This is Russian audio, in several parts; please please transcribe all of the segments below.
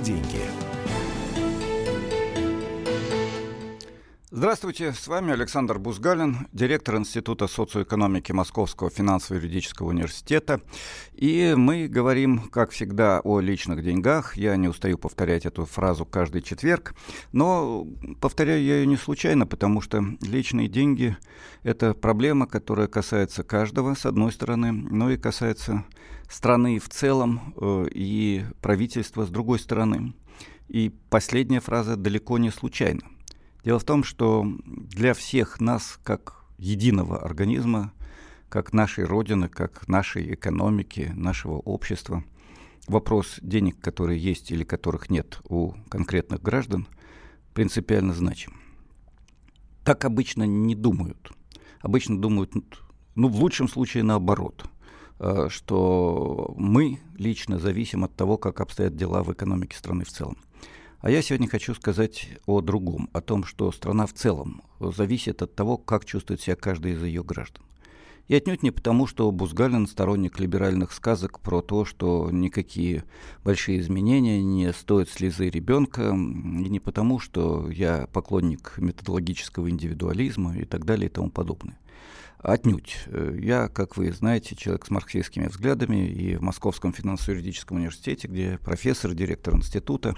деньги». Здравствуйте, с вами Александр Бузгалин, директор Института социоэкономики Московского финансово-юридического университета. И мы говорим, как всегда, о личных деньгах. Я не устаю повторять эту фразу каждый четверг, но повторяю я ее не случайно, потому что личные деньги – это проблема, которая касается каждого, с одной стороны, но и касается страны в целом и правительства с другой стороны. И последняя фраза далеко не случайна. Дело в том, что для всех нас, как единого организма, как нашей Родины, как нашей экономики, нашего общества, вопрос денег, которые есть или которых нет у конкретных граждан, принципиально значим. Так обычно не думают. Обычно думают, в лучшем случае наоборот, что мы лично зависим от того, как обстоят дела в экономике страны в целом. А я сегодня хочу сказать о другом, о том, что страна в целом зависит от того, как чувствует себя каждый из ее граждан. И отнюдь не потому, что Бузгалин сторонник либеральных сказок про то, что никакие большие изменения не стоят слезы ребенка, и не потому, что я поклонник методологического индивидуализма и так далее и тому подобное. Отнюдь. Я, как вы знаете, человек с марксистскими взглядами, и в Московском финансово-юридическом университете, где я профессор, директор института,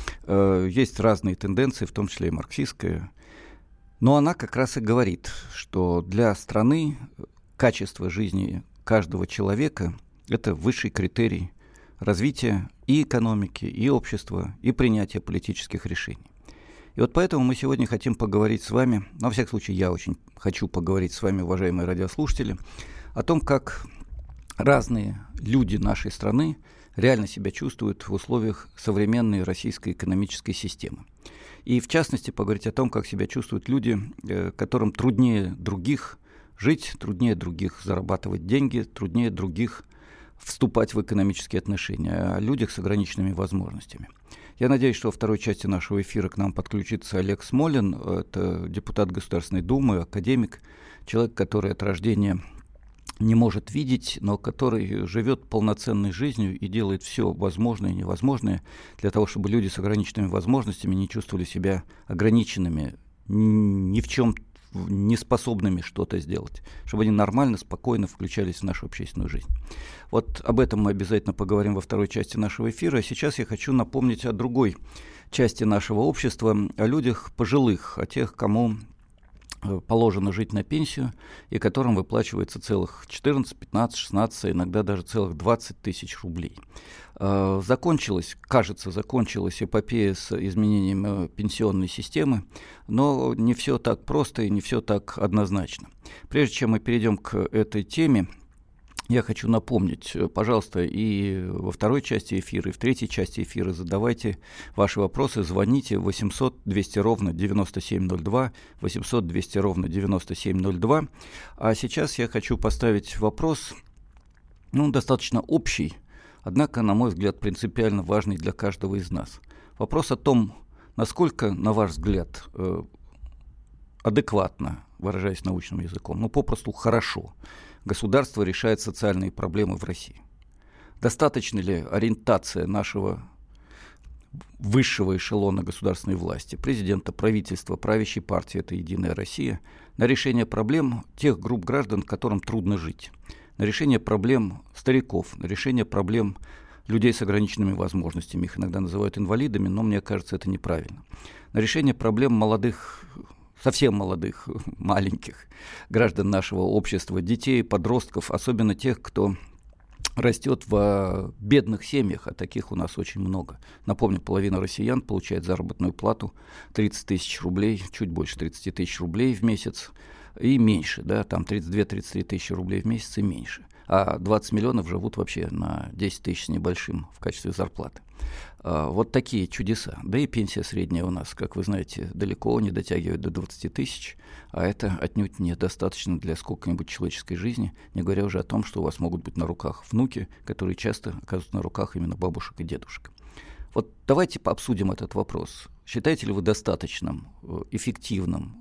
есть разные тенденции, в том числе и марксистская. Но она как раз и говорит, что для страны качество жизни каждого человека – это высший критерий развития и экономики, и общества, и принятия политических решений. И вот поэтому мы сегодня хотим поговорить с вами, во всяком случае, я очень хочу поговорить с вами, уважаемые радиослушатели, о том, как разные люди нашей страны реально себя чувствуют в условиях современной российской экономической системы. И в частности поговорить о том, как себя чувствуют люди, которым труднее других жить, труднее других зарабатывать деньги, труднее других вступать в экономические отношения, о людях с ограниченными возможностями. Я надеюсь, что во второй части нашего эфира к нам подключится Олег Смолин, это депутат Государственной Думы, академик, человек, который от рождения не может видеть, но который живет полноценной жизнью и делает все возможное и невозможное для того, чтобы люди с ограниченными возможностями не чувствовали себя ограниченными, ни в чем не способными что-то сделать, чтобы они нормально, спокойно включались в нашу общественную жизнь. Вот об этом мы обязательно поговорим во второй части нашего эфира. А сейчас я хочу напомнить о другой части нашего общества, о людях пожилых, о тех, кому положено жить на пенсию и которым выплачивается целых 14, 15, 16, а иногда даже целых 20 тысяч рублей. Закончилась эпопея с изменением пенсионной системы, но не все так просто и не все так однозначно. Прежде чем мы перейдем к этой теме, я хочу напомнить, пожалуйста, и во второй части эфира, и в третьей части эфира задавайте ваши вопросы, звоните 800-200-97-02, 800-200-97-02. А сейчас я хочу поставить вопрос, достаточно общий, однако, на мой взгляд, принципиально важный для каждого из нас. Вопрос о том, насколько, на ваш взгляд, адекватно, выражаясь научным языком, попросту хорошо, государство решает социальные проблемы в России. Достаточно ли ориентация нашего высшего эшелона государственной власти, президента, правительства, правящей партии, это «Единая Россия», на решение проблем тех групп граждан, которым трудно жить, на решение проблем стариков, на решение проблем людей с ограниченными возможностями, их иногда называют инвалидами, но мне кажется, это неправильно, на решение проблем молодых, совсем молодых, маленьких граждан нашего общества, детей, подростков, особенно тех, кто растет в бедных семьях, а таких у нас очень много. Напомню, половина россиян получает заработную плату 30 тысяч рублей, чуть больше 30 тысяч рублей в месяц и меньше, там 32-33 тысячи рублей в месяц и меньше. А 20 миллионов живут вообще на 10 тысяч с небольшим в качестве зарплаты. Вот такие чудеса. Да и пенсия средняя у нас, как вы знаете, далеко не дотягивает до 20 тысяч, а это отнюдь недостаточно для сколько-нибудь человеческой жизни, не говоря уже о том, что у вас могут быть на руках внуки, которые часто оказываются на руках именно бабушек и дедушек. Вот давайте пообсудим этот вопрос. Считаете ли вы достаточным, эффективным,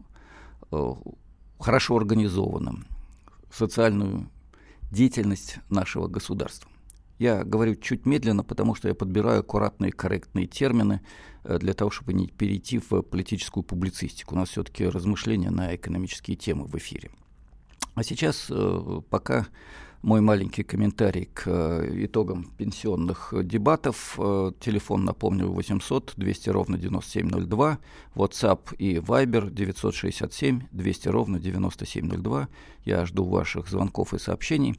хорошо организованным социальную деятельность нашего государства? Я говорю чуть медленно, потому что я подбираю аккуратные, корректные термины для того, чтобы не перейти в политическую публицистику. У нас все-таки размышления на экономические темы в эфире. А сейчас пока мой маленький комментарий к итогам пенсионных дебатов. Телефон, напомню, 800-200-97-02, WhatsApp и Viber 967-200-97-02. Я жду ваших звонков и сообщений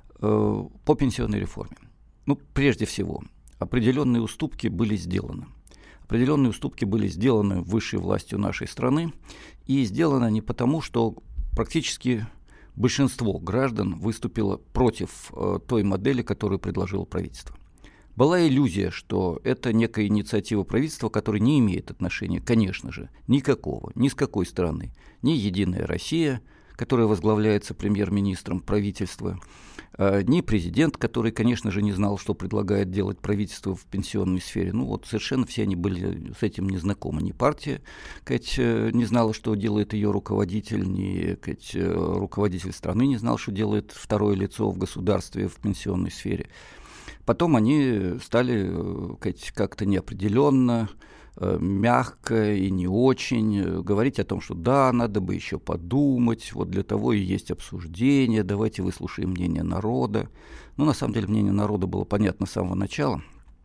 по пенсионной реформе. Прежде всего, определенные уступки были сделаны. Определенные уступки были сделаны высшей властью нашей страны, и сделано не потому, что практически большинство граждан выступило против той модели, которую предложило правительство. Была иллюзия, что это некая инициатива правительства, которая не имеет отношения, конечно же, никакого, ни с какой стороны, ни «Единая Россия», которая возглавляется премьер-министром правительства, ни президент, который, конечно же, не знал, что предлагает делать правительство в пенсионной сфере. Совершенно все они были с этим не знакомы. Ни партия не знала, что делает ее руководитель, ни руководитель страны не знал, что делает второе лицо в государстве в пенсионной сфере. Потом они стали как-то неопределенно, мягко и не очень говорить о том, что да, надо бы еще подумать, для того и есть обсуждение, давайте выслушаем мнение народа. На самом деле мнение народа было понятно с самого начала,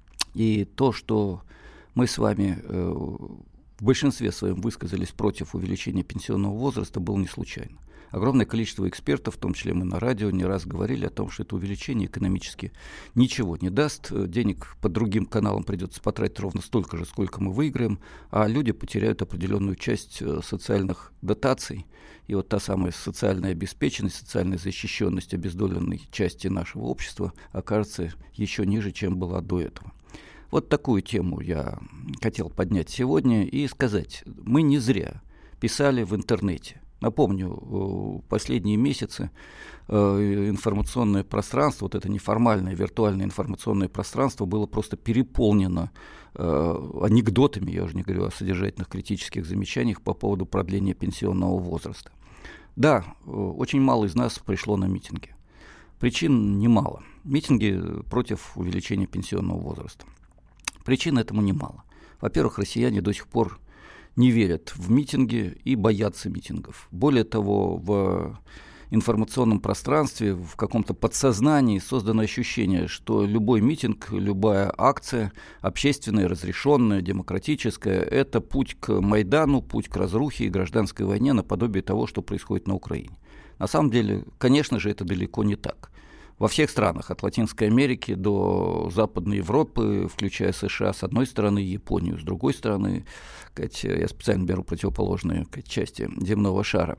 и то, что мы с вами в большинстве своем высказались против увеличения пенсионного возраста, было не случайно. Огромное количество экспертов, в том числе мы на радио, не раз говорили о том, что это увеличение экономически ничего не даст. Денег по другим каналам придется потратить ровно столько же, сколько мы выиграем, а люди потеряют определенную часть социальных дотаций. И та самая социальная обеспеченность, социальная защищенность обездоленной части нашего общества окажется еще ниже, чем была до этого. Такую тему я хотел поднять сегодня и сказать, мы не зря писали в интернете. Напомню, последние месяцы информационное пространство, это неформальное виртуальное информационное пространство было просто переполнено анекдотами, я уже не говорю о содержательных критических замечаниях по поводу продления пенсионного возраста. Да, очень мало из нас пришло на митинги. Причин немало. Митинги против увеличения пенсионного возраста. Причин этому немало. Во-первых, россияне до сих пор не верят в митинги и боятся митингов. Более того, в информационном пространстве, в каком-то подсознании создано ощущение, что любой митинг, любая акция, общественная, разрешенная, демократическая, это путь к Майдану, путь к разрухе и гражданской войне наподобие того, что происходит на Украине. На самом деле, конечно же, это далеко не так. Во всех странах, от Латинской Америки до Западной Европы, включая США с одной стороны, Японию с другой стороны, я специально беру противоположные части земного шара,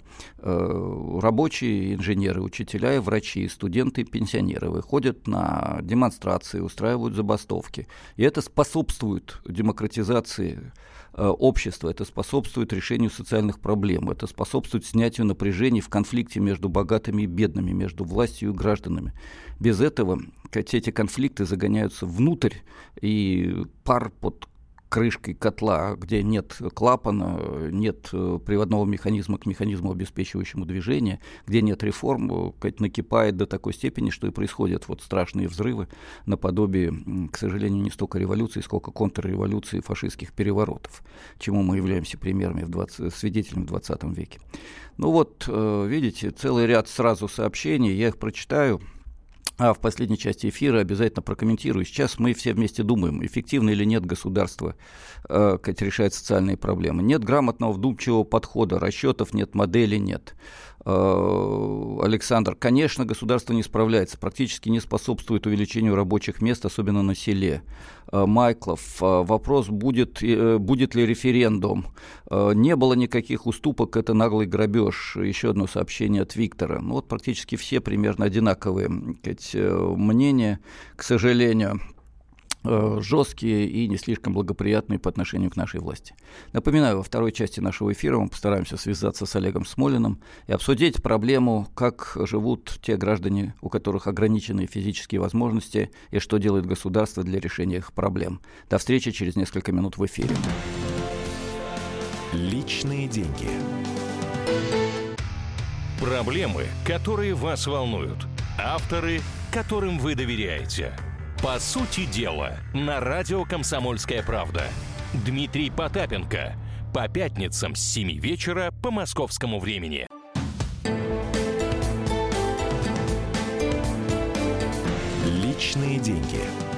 рабочие, инженеры, учителя, врачи, студенты, пенсионеры выходят на демонстрации, устраивают забастовки. И это способствует демократизации общества, это способствует решению социальных проблем, это способствует снятию напряжений в конфликте между богатыми и бедными, между властью и гражданами. Без этого эти конфликты загоняются внутрь, и пар под крышкой котла, где нет клапана, нет приводного механизма к механизму, обеспечивающему движение, где нет реформ, накипает до такой степени, что и происходят страшные взрывы наподобие, к сожалению, не столько революции, сколько контрреволюции, фашистских переворотов, чему мы являемся примерами, свидетелями в 20 веке. Видите, целый ряд сразу сообщений, я их прочитаю. А в последней части эфира обязательно прокомментирую. Сейчас мы все вместе думаем, эффективно или нет государство решает социальные проблемы. Нет грамотного, вдумчивого подхода, расчетов нет, модели нет. Александр, конечно, государство не справляется, практически не способствует увеличению рабочих мест, особенно на селе. Майклов, вопрос, будет ли референдум. Не было никаких уступок, это наглый грабеж. Еще одно сообщение от Виктора. Практически все примерно одинаковые мнения, к сожалению, жесткие и не слишком благоприятные по отношению к нашей власти. Напоминаю, во второй части нашего эфира мы постараемся связаться с Олегом Смолиным и обсудить проблему, как живут те граждане, у которых ограниченные физические возможности, и что делает государство для решения их проблем. До встречи через несколько минут в эфире. Личные деньги. Проблемы, которые вас волнуют. Авторы, которым вы доверяете. По сути дела, на радио «Комсомольская правда». Дмитрий Потапенко. По пятницам с 7 вечера по московскому времени. Личные деньги.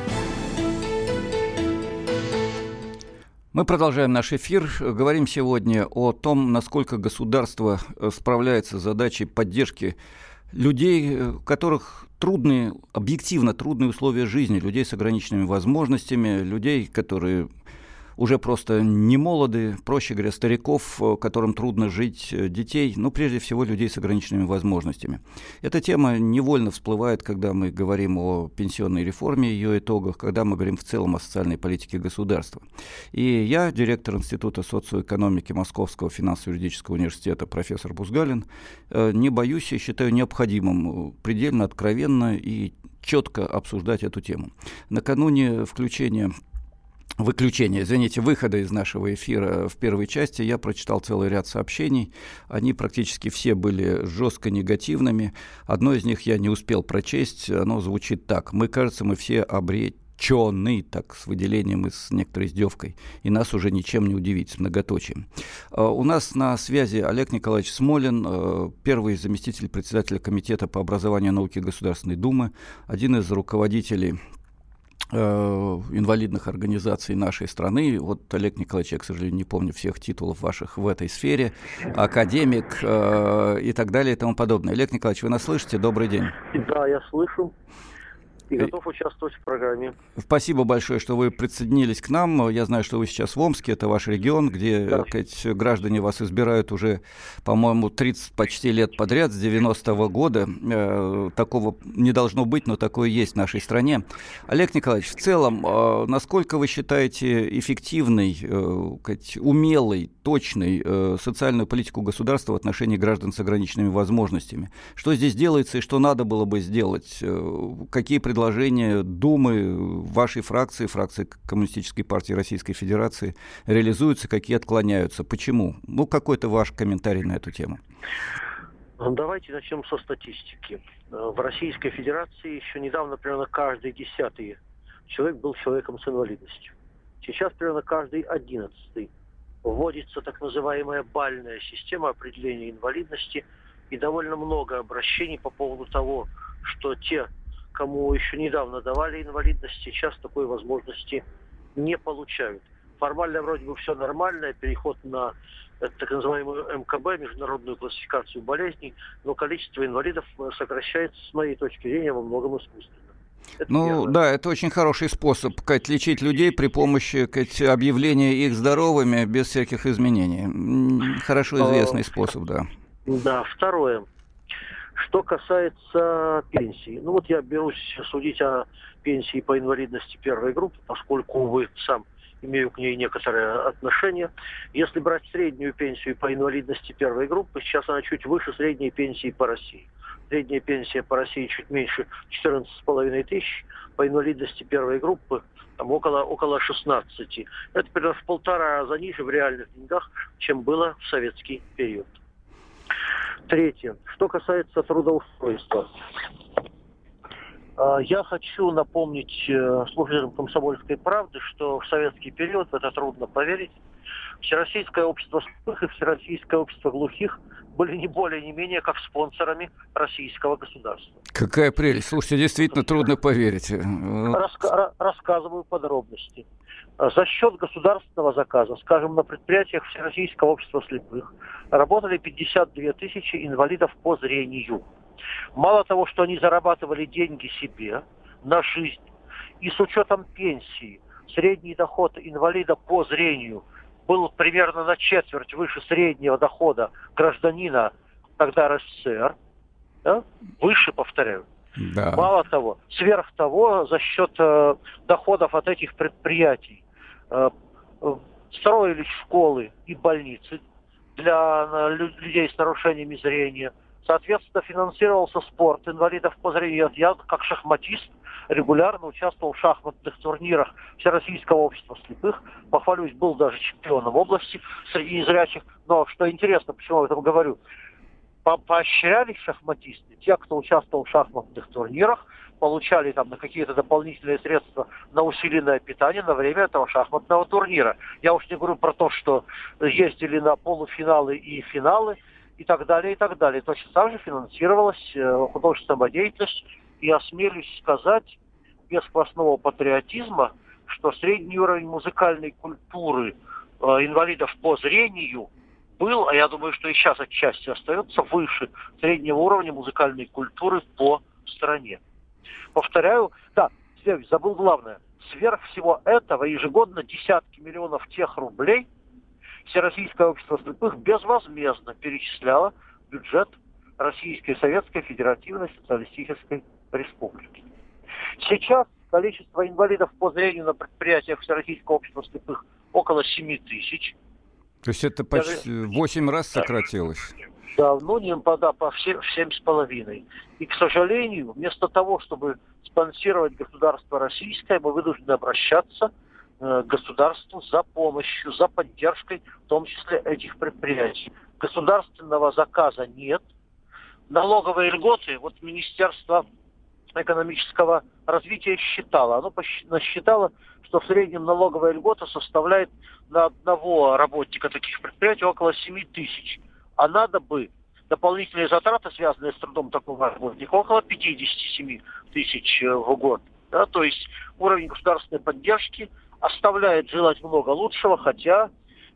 Мы продолжаем наш эфир. Говорим сегодня о том, насколько государство справляется с задачей поддержки людей, у которых трудные, объективно трудные условия жизни, людей с ограниченными возможностями, людей, которые уже просто не молоды, проще говоря, стариков, которым трудно жить, детей, но прежде всего людей с ограниченными возможностями. Эта тема невольно всплывает, когда мы говорим о пенсионной реформе, ее итогах, когда мы говорим в целом о социальной политике государства. И я, директор Института социоэкономики Московского финансово-юридического университета, профессор Бузгалин, не боюсь и считаю необходимым предельно откровенно и четко обсуждать эту тему. Накануне выхода из нашего эфира в первой части я прочитал целый ряд сообщений. Они практически все были жестко негативными. Одно из них я не успел прочесть. Оно звучит так. Мы все обречены, так, с выделением и с некоторой издевкой. И нас уже ничем не удивить, с многоточием. У нас на связи Олег Николаевич Смолин, первый заместитель председателя Комитета по образованию и науке Государственной Думы, один из руководителей инвалидных организаций нашей страны. Вот, Олег Николаевич, я, к сожалению, не помню всех титулов ваших в этой сфере, академик и так далее и тому подобное. Олег Николаевич, вы нас слышите? Добрый день. Да, я слышу и готов участвовать в программе. Спасибо большое, что вы присоединились к нам. Я знаю, что вы сейчас в Омске, это ваш регион, где граждане вас избирают уже, по-моему, 30 почти лет подряд, с 90-го года. Такого не должно быть, но такое есть в нашей стране. Олег Николаевич, в целом, насколько вы считаете эффективной, умелой, точной социальную политику государства в отношении граждан с ограниченными возможностями? Что здесь делается и что надо было бы сделать? Какие предложения Думы, вашей фракции Коммунистической партии Российской Федерации реализуются, какие отклоняются? Почему? Какой-то ваш комментарий на эту тему. Давайте начнем со статистики. В Российской Федерации еще недавно примерно каждый 10-й человек был человеком с инвалидностью. Сейчас примерно каждый 11-й. Вводится так называемая бальная система определения инвалидности, и довольно много обращений по поводу того, что те, кому еще недавно давали инвалидность, сейчас такой возможности не получают. Формально вроде бы все нормально, переход на так называемую МКБ, международную классификацию болезней, но количество инвалидов сокращается, с моей точки зрения, во многом искусственно. Да, это очень хороший способ, лечить людей при помощи объявления их здоровыми без всяких изменений. Хорошо известный способ, да. Да, второе. Что касается пенсии. Я берусь судить о пенсии по инвалидности первой группы, поскольку, увы, сам имею к ней некоторое отношение. Если брать среднюю пенсию по инвалидности первой группы, сейчас она чуть выше средней пенсии по России. Средняя пенсия по России чуть меньше 14,5 тысяч, по инвалидности первой группы там около 16. Это примерно в 1,5 раза ниже в реальных деньгах, чем было в советский период. Третье. Что касается трудоустройства. Я хочу напомнить слушателям «Комсомольской правды», что в советский период, в это трудно поверить, Всероссийское общество слепых и Всероссийское общество глухих были не более, не менее, как спонсорами российского государства. Какая прелесть. Слушайте, действительно трудно поверить. Рассказываю подробности. За счет государственного заказа, скажем, на предприятиях Всероссийского общества слепых работали 52 тысячи инвалидов по зрению. Мало того, что они зарабатывали деньги себе на жизнь, и с учетом пенсии средний доход инвалида по зрению был примерно на четверть выше среднего дохода гражданина тогда РСФСР. Да? Выше, повторяю. Да. Мало того, сверх того, за счет доходов от этих предприятий строились школы и больницы для людей с нарушениями зрения. Соответственно, финансировался спорт инвалидов по зрению. Я, как шахматист, регулярно участвовал в шахматных турнирах Всероссийского общества слепых. Похвалюсь, был даже чемпионом области среди незрячих. Но что интересно, почему я об этом говорю, поощрялись шахматисты, те, кто участвовал в шахматных турнирах, получали там на какие-то дополнительные средства на усиленное питание на время этого шахматного турнира. Я уж не говорю про то, что ездили на полуфиналы и финалы и так далее, и так далее. Точно так же финансировалась художественная самодеятельность. И осмелюсь сказать, без сквозного патриотизма, что средний уровень музыкальной культуры инвалидов по зрению был, а я думаю, что и сейчас отчасти остается выше среднего уровня музыкальной культуры по стране. Повторяю, да, забыл главное. Сверх всего этого ежегодно десятки миллионов тех рублей Всероссийское общество слепых безвозмездно перечисляло в бюджет Российской Советской Федеративной Социалистической Республики. Сейчас количество инвалидов по зрению на предприятиях Всероссийского общества слепых около 7 тысяч. То есть это почти 8 раз сократилось? Да, ну не по 7,5. И, к сожалению, вместо того, чтобы спонсировать государство российское, мы вынуждены обращаться к государству за помощью, за поддержкой, в том числе этих предприятий. Государственного заказа нет. Налоговые льготы, вот Министерство экономического развития считало. Оно насчитало, что в среднем налоговая льгота составляет на одного работника таких предприятий около 7 тысяч. А надо бы дополнительные затраты, связанные с трудом такого работника, около 57 тысяч в год. Да? То есть уровень государственной поддержки оставляет желать много лучшего, хотя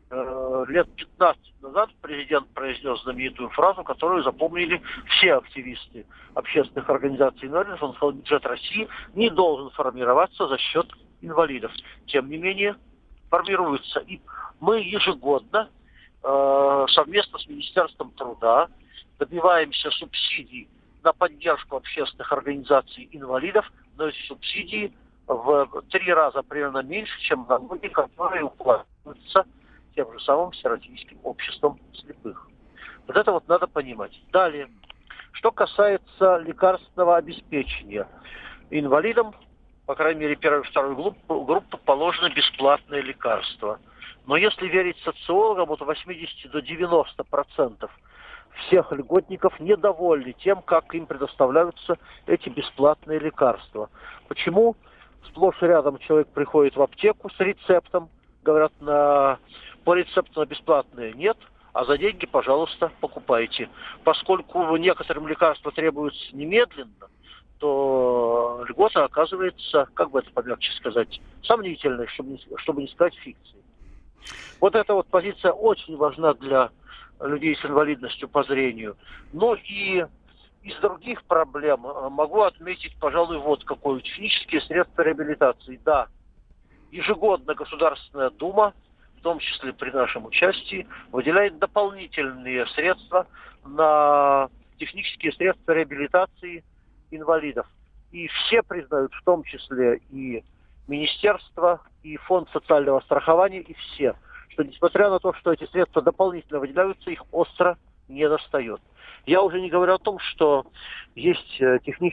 лет 15 назад президент произнес знаменитую фразу, которую запомнили все активисты общественных организаций инвалидов. Он сказал, бюджет России не должен формироваться за счет инвалидов. Тем не менее, формируется. И мы ежегодно совместно с Министерством труда добиваемся субсидий на поддержку общественных организаций инвалидов, но эти субсидии в 3 раза примерно меньше, чем налоги, которые укладываются тем же самым Всероссийским обществом слепых. Вот это вот надо понимать. Далее, что касается лекарственного обеспечения. Инвалидам, по крайней мере, первой и второй группы положено бесплатное лекарство. Но если верить социологам, от 80 до 90% всех льготников недовольны тем, как им предоставляются эти бесплатные лекарства. Почему? Сплошь и рядом человек приходит в аптеку с рецептом, говорят, по рецепту на бесплатные нет, а за деньги, пожалуйста, покупайте. Поскольку некоторым лекарства требуются немедленно, то льгота оказывается, как бы это помягче сказать, сомнительной, чтобы не сказать фикцией. Вот эта вот позиция очень важна для людей с инвалидностью по зрению. Ну и из других проблем могу отметить, пожалуй, вот какое. Технические средства реабилитации. Да, ежегодно Государственная Дума, в том числе при нашем участии, выделяет дополнительные средства на технические средства реабилитации инвалидов. И все признают, в том числе и Министерство, и Фонд социального страхования, и все, что несмотря на то, что эти средства дополнительно выделяются, их остро не достает. Я уже не говорю о том, что есть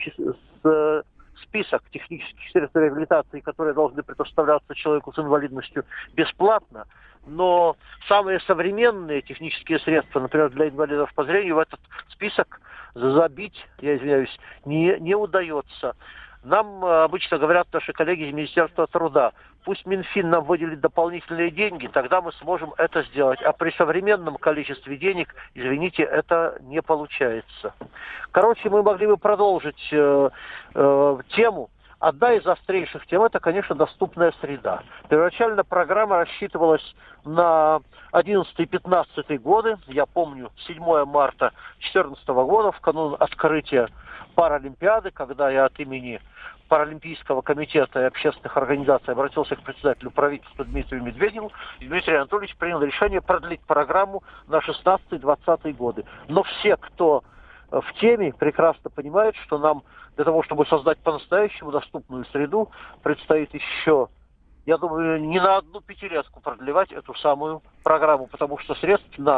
список технических средств реабилитации, которые должны предоставляться человеку с инвалидностью бесплатно, но самые современные технические средства, например, для инвалидов по зрению, в этот список забить, я извиняюсь, не удается. Нам обычно говорят наши коллеги из Министерства труда, пусть Минфин нам выделит дополнительные деньги, тогда мы сможем это сделать. А при современном количестве денег, извините, это не получается. Короче, мы могли бы продолжить тему. Одна из острейших тем – это, конечно, доступная среда. Первоначально программа рассчитывалась на 11-15 годы. Я помню, 7 марта 2014 года, в канун открытия Паралимпиады, когда я от имени Паралимпийского комитета и общественных организаций обратился к председателю правительства Дмитрию Медведеву, и Дмитрий Анатольевич принял решение продлить программу на 16-20 годы. Но все, кто в теме, прекрасно понимают, что нам для того, чтобы создать по-настоящему доступную среду, предстоит еще, я думаю, не на одну пятилетку продлевать эту самую программу, потому что средств на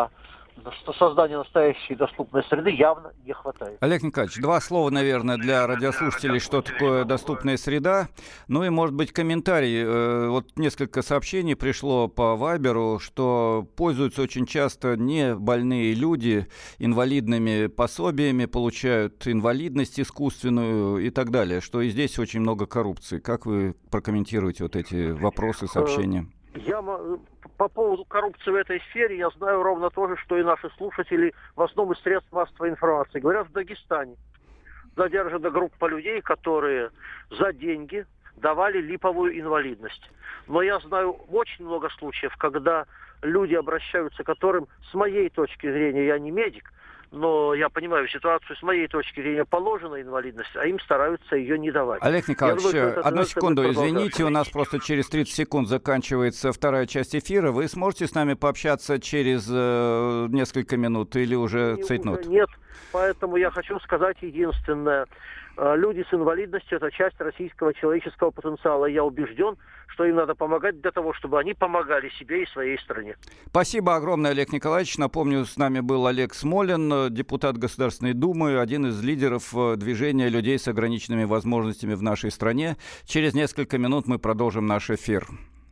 создания настоящей доступной среды явно не хватает. Олег Николаевич, два слова, наверное, для радиослушателей, что такое доступная среда. Ну и, может быть, комментарий. Вот несколько сообщений пришло по Вайберу, что пользуются очень часто не больные люди инвалидными пособиями, получают инвалидность искусственную и так далее, что и здесь очень много коррупции. Как вы прокомментируете вот эти вопросы, сообщения? По поводу коррупции в этой сфере я знаю ровно то же, что и наши слушатели в основном из средств массовой информации. Говорят, в Дагестане задержана группа людей, которые за деньги давали липовую инвалидность. Но я знаю очень много случаев, когда люди обращаются, которым, с моей точки зрения, я не медик, но я понимаю ситуацию, с моей точки зрения, положена инвалидность, а им стараются ее не давать. Олег Николаевич, одну секунду, извините, у нас просто через 30 секунд заканчивается вторая часть эфира. Вы сможете с нами пообщаться через несколько минут или уже цейтнот? Нет, поэтому я хочу сказать единственное. Люди с инвалидностью – это часть российского человеческого потенциала. Я убежден, что им надо помогать для того, чтобы они помогали себе и своей стране. Спасибо огромное, Олег Николаевич. Напомню, с нами был Олег Смолин, депутат Государственной Думы, один из лидеров движения людей с ограниченными возможностями в нашей стране. Через несколько минут мы продолжим наш эфир.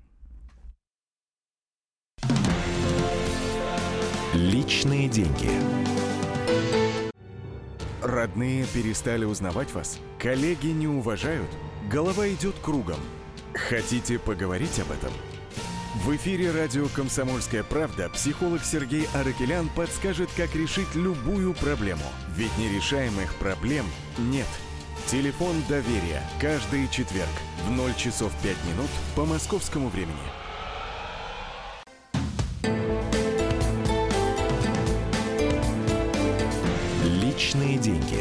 Личные деньги. Родные перестали узнавать вас? Коллеги не уважают? Голова идет кругом. Хотите поговорить об этом? В эфире радио «Комсомольская правда» психолог Сергей Аракелян подскажет, как решить любую проблему. Ведь нерешаемых проблем нет. Телефон доверия. Каждый четверг в 0 часов 5 минут по московскому времени. Личные деньги.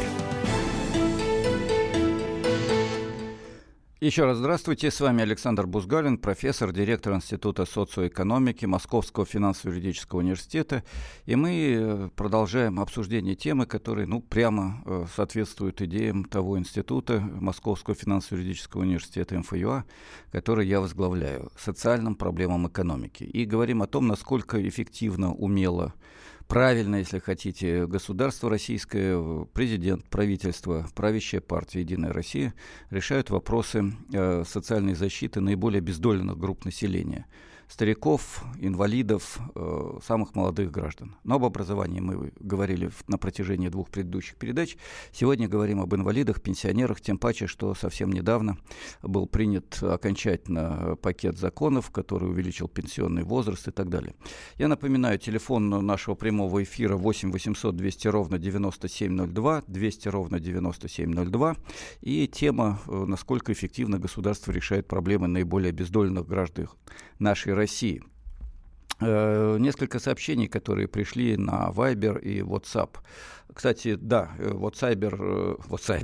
Еще раз здравствуйте, с вами Александр Бузгалин, профессор, директор Института социоэкономики Московского финансово-юридического университета. И мы продолжаем обсуждение темы, которые прямо соответствуют идеям того института Московского финансово-юридического университета МФЮА, который я возглавляю, социальным проблемам экономики. И говорим о том, насколько эффективно, умело, правильно, если хотите, государство российское, президент, правительство, правящая партия «Единая Россия» решают вопросы социальной защиты наиболее обездоленных групп населения. Стариков, инвалидов, самых молодых граждан. Но об образовании мы говорили на протяжении 2 предыдущих передач. Сегодня говорим об инвалидах, пенсионерах, тем паче, что совсем недавно был принят окончательно пакет законов, который увеличил пенсионный возраст и так далее. Я напоминаю, телефон нашего прямого эфира 8 800 200 ровно 9702, 200 ровно 9702. И тема, насколько эффективно государство решает проблемы наиболее обездоленных граждан нашей России. Несколько сообщений, которые пришли на Viber и WhatsApp. Кстати, да, WhatsApp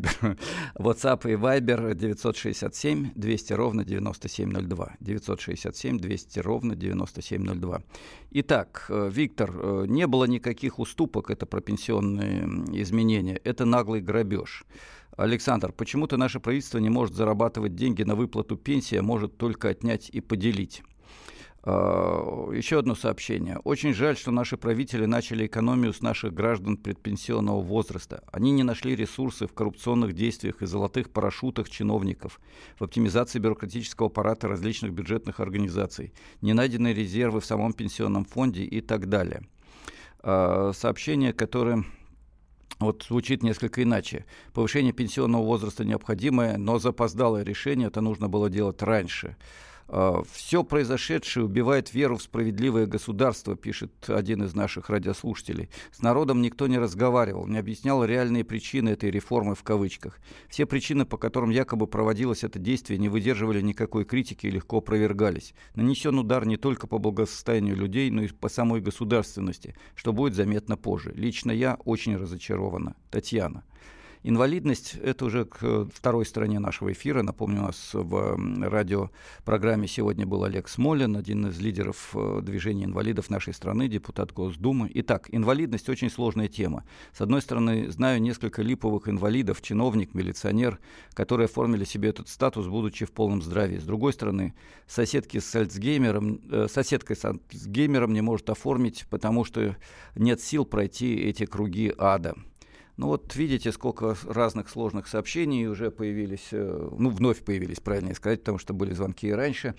и Viber 967 200 ровно 9702. 967 200 ровно 9702. Итак, Виктор, не было никаких уступок, это про пенсионные изменения, это наглый грабеж. Александр, почему-то наше правительство не может зарабатывать деньги на выплату пенсии, а может только отнять и поделить. Еще одно сообщение. Очень жаль, что наши правители начали экономию с наших граждан предпенсионного возраста. Они не нашли ресурсы в коррупционных действиях и золотых парашютах чиновников, в оптимизации бюрократического аппарата различных бюджетных организаций, не найдены резервы в самом пенсионном фонде и так далее. Сообщение, которое звучит несколько иначе. Повышение пенсионного возраста необходимое, но запоздалое решение, это нужно было делать раньше. Все произошедшее убивает веру в справедливое государство, пишет один из наших радиослушателей. С народом никто не разговаривал, не объяснял реальные причины этой реформы в кавычках. Все причины, по которым якобы проводилось это действие, не выдерживали никакой критики и легко опровергались. Нанесен удар не только по благосостоянию людей, но и по самой государственности, что будет заметно позже. Лично я очень разочарована. Татьяна. Инвалидность — это уже к второй стороне нашего эфира. Напомню, у нас в радиопрограмме сегодня был Олег Смолин, один из лидеров движения инвалидов нашей страны, депутат Госдумы. Итак, инвалидность — очень сложная тема. С одной стороны, знаю несколько липовых инвалидов, чиновник, милиционер, которые оформили себе этот статус, будучи в полном здравии. С другой стороны, соседка с Альцгеймером не может оформить, потому что нет сил пройти эти круги ада. Ну вот видите, сколько разных сложных сообщений уже появились, вновь появились, правильнее сказать, потому что были звонки и раньше.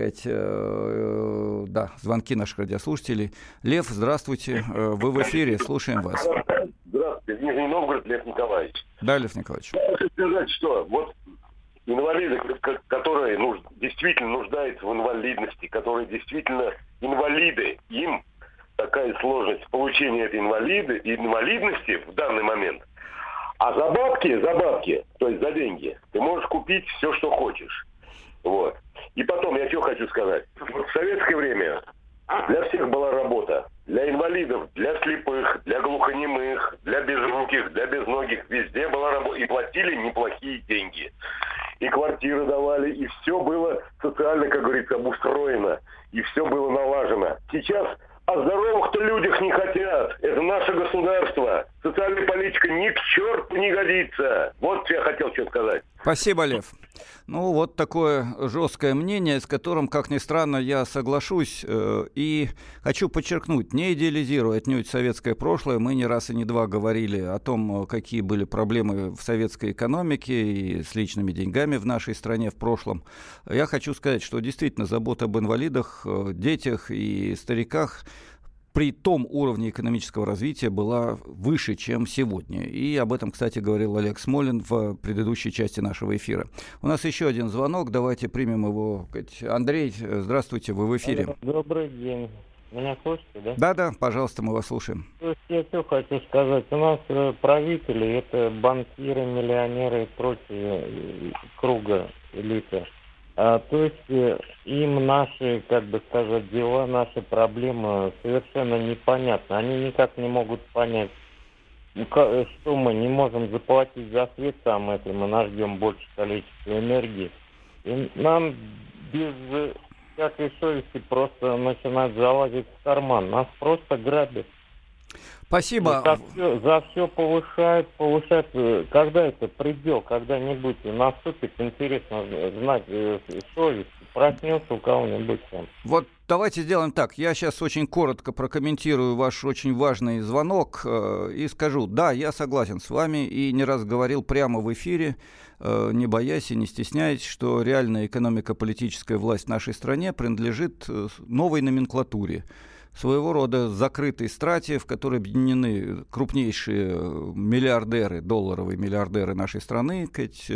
Да, звонки наших радиослушателей. Лев, здравствуйте, вы в эфире, слушаем вас. Здравствуйте, Нижний Новгород, Лев Николаевич. Да, Лев Николаевич. Я хочу сказать, что вот инвалиды, которые действительно нуждаются в инвалидности, которые действительно инвалиды, им такая сложность получения этой инвалидности в данный момент. А за бабки, то есть за деньги, ты можешь купить все, что хочешь. Вот. И потом, я что хочу сказать. Вот в советское время для всех была работа. Для инвалидов, для слепых, для глухонемых, для безруких, для безногих. Везде была работа. И платили неплохие деньги. И квартиры давали, и все было социально, как говорится, обустроено. И все было налажено. Сейчас о здоровых-то людях не хотят. Это наше государство. Социальная политика ни к черту не годится. Вот я хотел что сказать. Спасибо, Лев. Ну, вот такое жесткое мнение, с которым, как ни странно, я соглашусь. И хочу подчеркнуть, не идеализируя отнюдь советское прошлое, мы не раз и не два говорили о том, какие были проблемы в советской экономике и с личными деньгами в нашей стране в прошлом. Я хочу сказать, что действительно забота об инвалидах, детях и стариках при том уровне экономического развития была выше, чем сегодня. И об этом, кстати, говорил Олег Смолин в предыдущей части нашего эфира. У нас еще один звонок, давайте примем его. Андрей, здравствуйте, вы в эфире. Добрый день. Меня слышите, да? Да, пожалуйста, мы вас слушаем. То есть я что хочу сказать. У нас правители, это банкиры, миллионеры и прочие круга элиты. То есть им наши, как бы сказать, дела, наши проблемы совершенно непонятны. Они никак не могут понять, что мы не можем заплатить за свет, мы наждем больше количества энергии. И нам без всякой совести просто начинают залазить в карман. Нас просто грабят. Спасибо. За все повышают. Когда это предел, когда-нибудь наступит, интересно знать, совесть проснется у кого-нибудь там. Вот давайте сделаем так. Я сейчас очень коротко прокомментирую ваш очень важный звонок и скажу, да, я согласен с вами и не раз говорил прямо в эфире, не боясь и не стесняясь, что реальная экономико-политическая власть в нашей стране принадлежит новой номенклатуре. Своего рода закрытой страте, в которой объединены крупнейшие миллиардеры, долларовые миллиардеры нашей страны,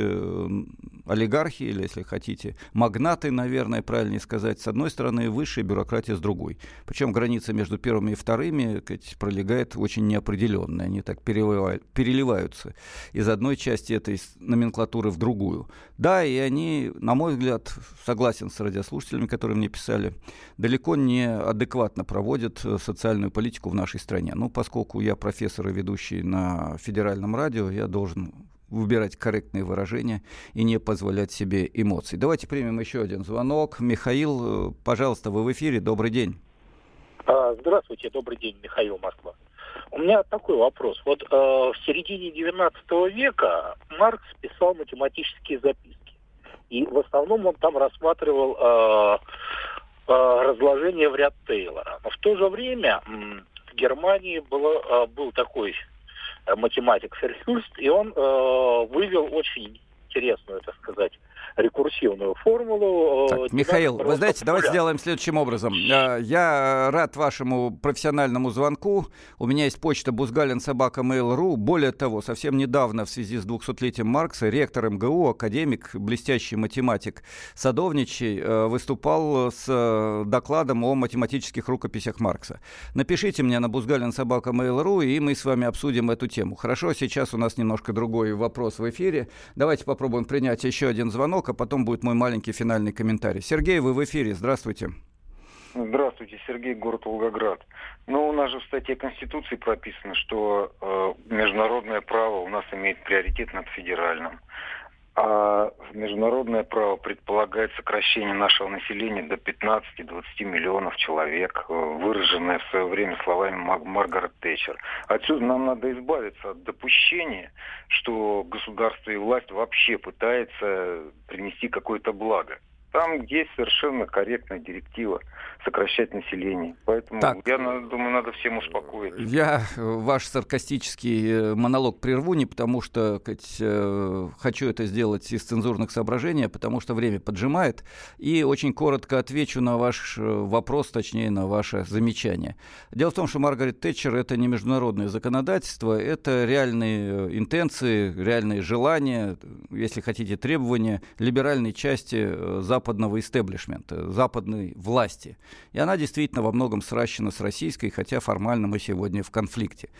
олигархи, или, если хотите, магнаты, наверное, правильнее сказать, с одной стороны, и высшая бюрократия с другой. Причем граница между первыми и вторыми пролегает очень неопределенно. Они так переливаются из одной части этой номенклатуры в другую. Да, и они, на мой взгляд, согласен с радиослушателями, которые мне писали, далеко не адекватно проводят социальную политику в нашей стране. Ну, поскольку я профессор и ведущий на федеральном радио, я должен выбирать корректные выражения и не позволять себе эмоций. Давайте примем еще один звонок. Михаил, пожалуйста, вы в эфире. Добрый день. Здравствуйте, добрый день, Михаил, Москва. У меня такой вопрос. Вот в середине 19 века Маркс писал математические записки. И в основном он там рассматривал разложение в ряд Тейлора. Но в то же время в Германии был такой математик Ферхюльст, и он вывел очень интересную, так сказать, рекурсивную формулу. Так, Михаил, вы знаете, давайте сделаем следующим образом. Я рад вашему профессиональному звонку. У меня есть почта buzgalin@mail.ru. Более того, совсем недавно в связи с 200-летием Маркса ректор МГУ, академик, блестящий математик Садовничий выступал с докладом о математических рукописях Маркса. Напишите мне на buzgalin@mail.ru, и мы с вами обсудим эту тему. Хорошо, сейчас у нас немножко другой вопрос в эфире. Давайте попробуем принять еще один звонок, а потом будет мой маленький финальный комментарий. Сергей, вы в эфире. Здравствуйте. Здравствуйте, Сергей, город Волгоград. У нас же в статье Конституции прописано, что международное право у нас имеет приоритет над федеральным. А международное право предполагает сокращение нашего населения до 15-20 миллионов человек, выраженное в свое время словами Маргарет Тэтчер. Отсюда нам надо избавиться от допущения, что государство и власть вообще пытается принести какое-то благо. Там есть совершенно корректная директива сокращать население. Поэтому я думаю, надо всем успокоиться. Я ваш саркастический монолог прерву не потому, что хочу это сделать из цензурных соображений, а потому что время поджимает. И очень коротко отвечу на ваш вопрос, точнее, на ваше замечание. Дело в том, что Маргарет Тэтчер — это не международное законодательство, это реальные интенции, реальные желания, если хотите, требования либеральной части западного истеблишмента, западной власти. И она действительно во многом сращена с российской, хотя формально мы сегодня в конфликте.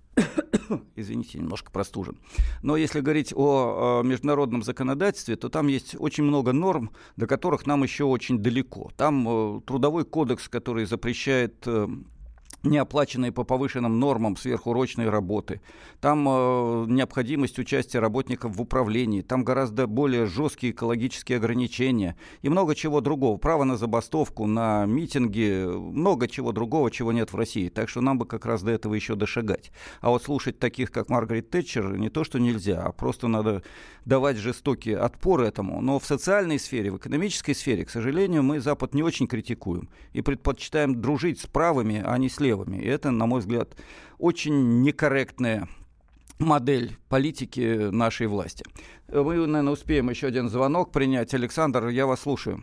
Извините, немножко простужен. Но если говорить о международном законодательстве, то там есть очень много норм, до которых нам еще очень далеко. Там трудовой кодекс, который запрещает неоплаченные по повышенным нормам сверхурочной работы. Там необходимость участия работников в управлении. Там гораздо более жесткие экологические ограничения и много чего другого. Право на забастовку, на митинги, много чего другого, чего нет в России. Так что нам бы как раз до этого еще дошагать. А вот слушать таких, как Маргарет Тэтчер, не то что нельзя, а просто надо давать жестокий отпор этому. Но в социальной сфере, в экономической сфере, к сожалению, мы Запад не очень критикуем и предпочитаем дружить с правыми, а не с левыми. И это, на мой взгляд, очень некорректная модель политики нашей власти. Мы, наверное, успеем еще один звонок принять. Александр, я вас слушаю.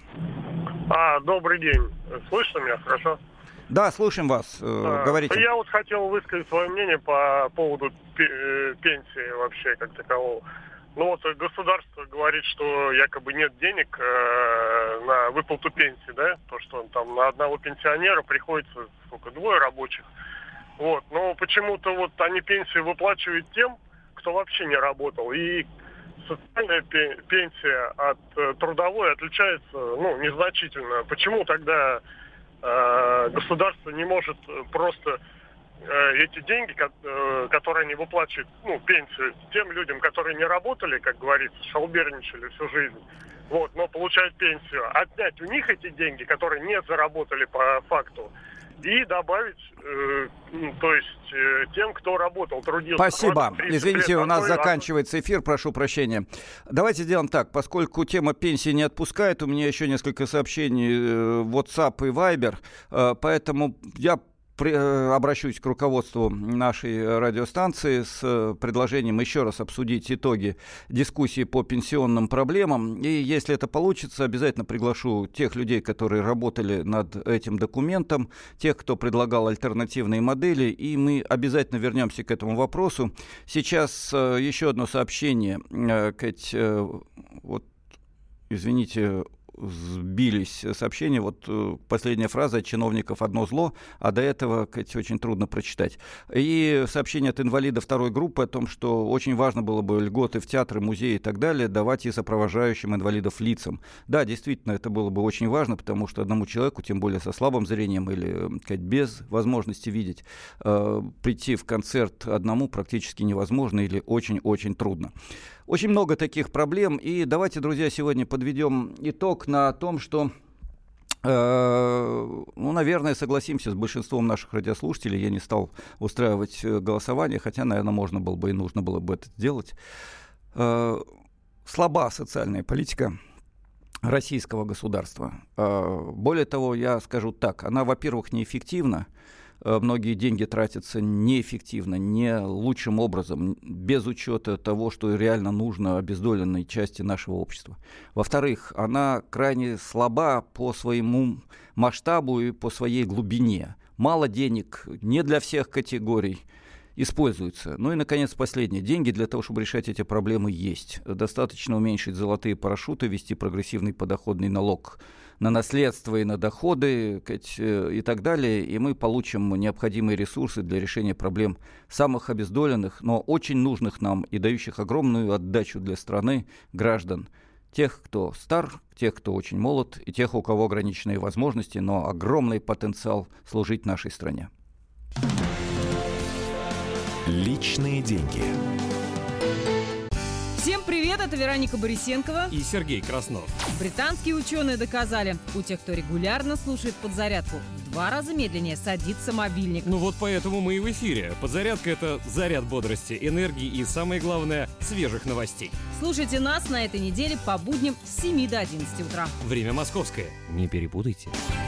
Добрый день. Слышно меня хорошо? Да, слушаем вас. Говорите. Я вот хотел высказать свое мнение по поводу пенсии вообще как такового. Государство говорит, что якобы нет денег на выплату пенсии, да? То, что там на одного пенсионера приходится, двое рабочих. Но почему-то они пенсию выплачивают тем, кто вообще не работал. И социальная пенсия от трудовой отличается, незначительно. Почему тогда государство не может просто эти деньги, которые они выплачивают, пенсию тем людям, которые не работали, как говорится, шалберничали всю жизнь, но получают пенсию, отнять у них эти деньги, которые не заработали по факту, и добавить, тем, кто работал, трудился. Спасибо. Извините, у нас заканчивается эфир, прошу прощения. Давайте сделаем так, поскольку тема пенсии не отпускает, у меня еще несколько сообщений в WhatsApp и Viber, поэтому я обращусь к руководству нашей радиостанции с предложением еще раз обсудить итоги дискуссии по пенсионным проблемам. И если это получится, обязательно приглашу тех людей, которые работали над этим документом, тех, кто предлагал альтернативные модели, и мы обязательно вернемся к этому вопросу. Сейчас еще одно сообщение. Извините, сбились сообщения. Последняя фраза от чиновников «одно зло», а до этого, очень трудно прочитать. И сообщение от инвалида второй группы о том, что очень важно было бы льготы в театры, музеи и так далее давать и сопровождающим инвалидов лицам. Да, действительно, это было бы очень важно, потому что одному человеку, тем более со слабым зрением или без возможности видеть, прийти в концерт одному практически невозможно или очень-очень трудно. Очень много таких проблем, и давайте, друзья, сегодня подведем итог на том, что, наверное, согласимся с большинством наших радиослушателей. Я не стал устраивать голосование, хотя, наверное, можно было бы и нужно было бы это сделать. Слаба социальная политика российского государства. Более того, я скажу так, она, во-первых, неэффективна. Многие деньги тратятся неэффективно, не лучшим образом, без учета того, что реально нужно обездоленной части нашего общества. Во-вторых, она крайне слаба по своему масштабу и по своей глубине. Мало денег, не для всех категорий используются. Ну и, наконец, последнее. Деньги для того, чтобы решать эти проблемы, есть. Достаточно уменьшить золотые парашюты, ввести прогрессивный подоходный налог на наследство и на доходы и так далее, и мы получим необходимые ресурсы для решения проблем самых обездоленных, но очень нужных нам и дающих огромную отдачу для страны граждан, Тех, кто стар, тех, кто очень молод, и тех, у кого ограниченные возможности, но огромный потенциал служить нашей стране. Личные деньги. Всем привет, это Вероника Борисенкова и Сергей Краснов. Британские ученые доказали, у тех, кто регулярно слушает подзарядку, в 2 раза медленнее садится мобильник. Ну вот поэтому мы и в эфире. Подзарядка — это заряд бодрости, энергии и, самое главное, свежих новостей. Слушайте нас на этой неделе по будням с 7 до 11 утра. Время московское. Не перепутайте.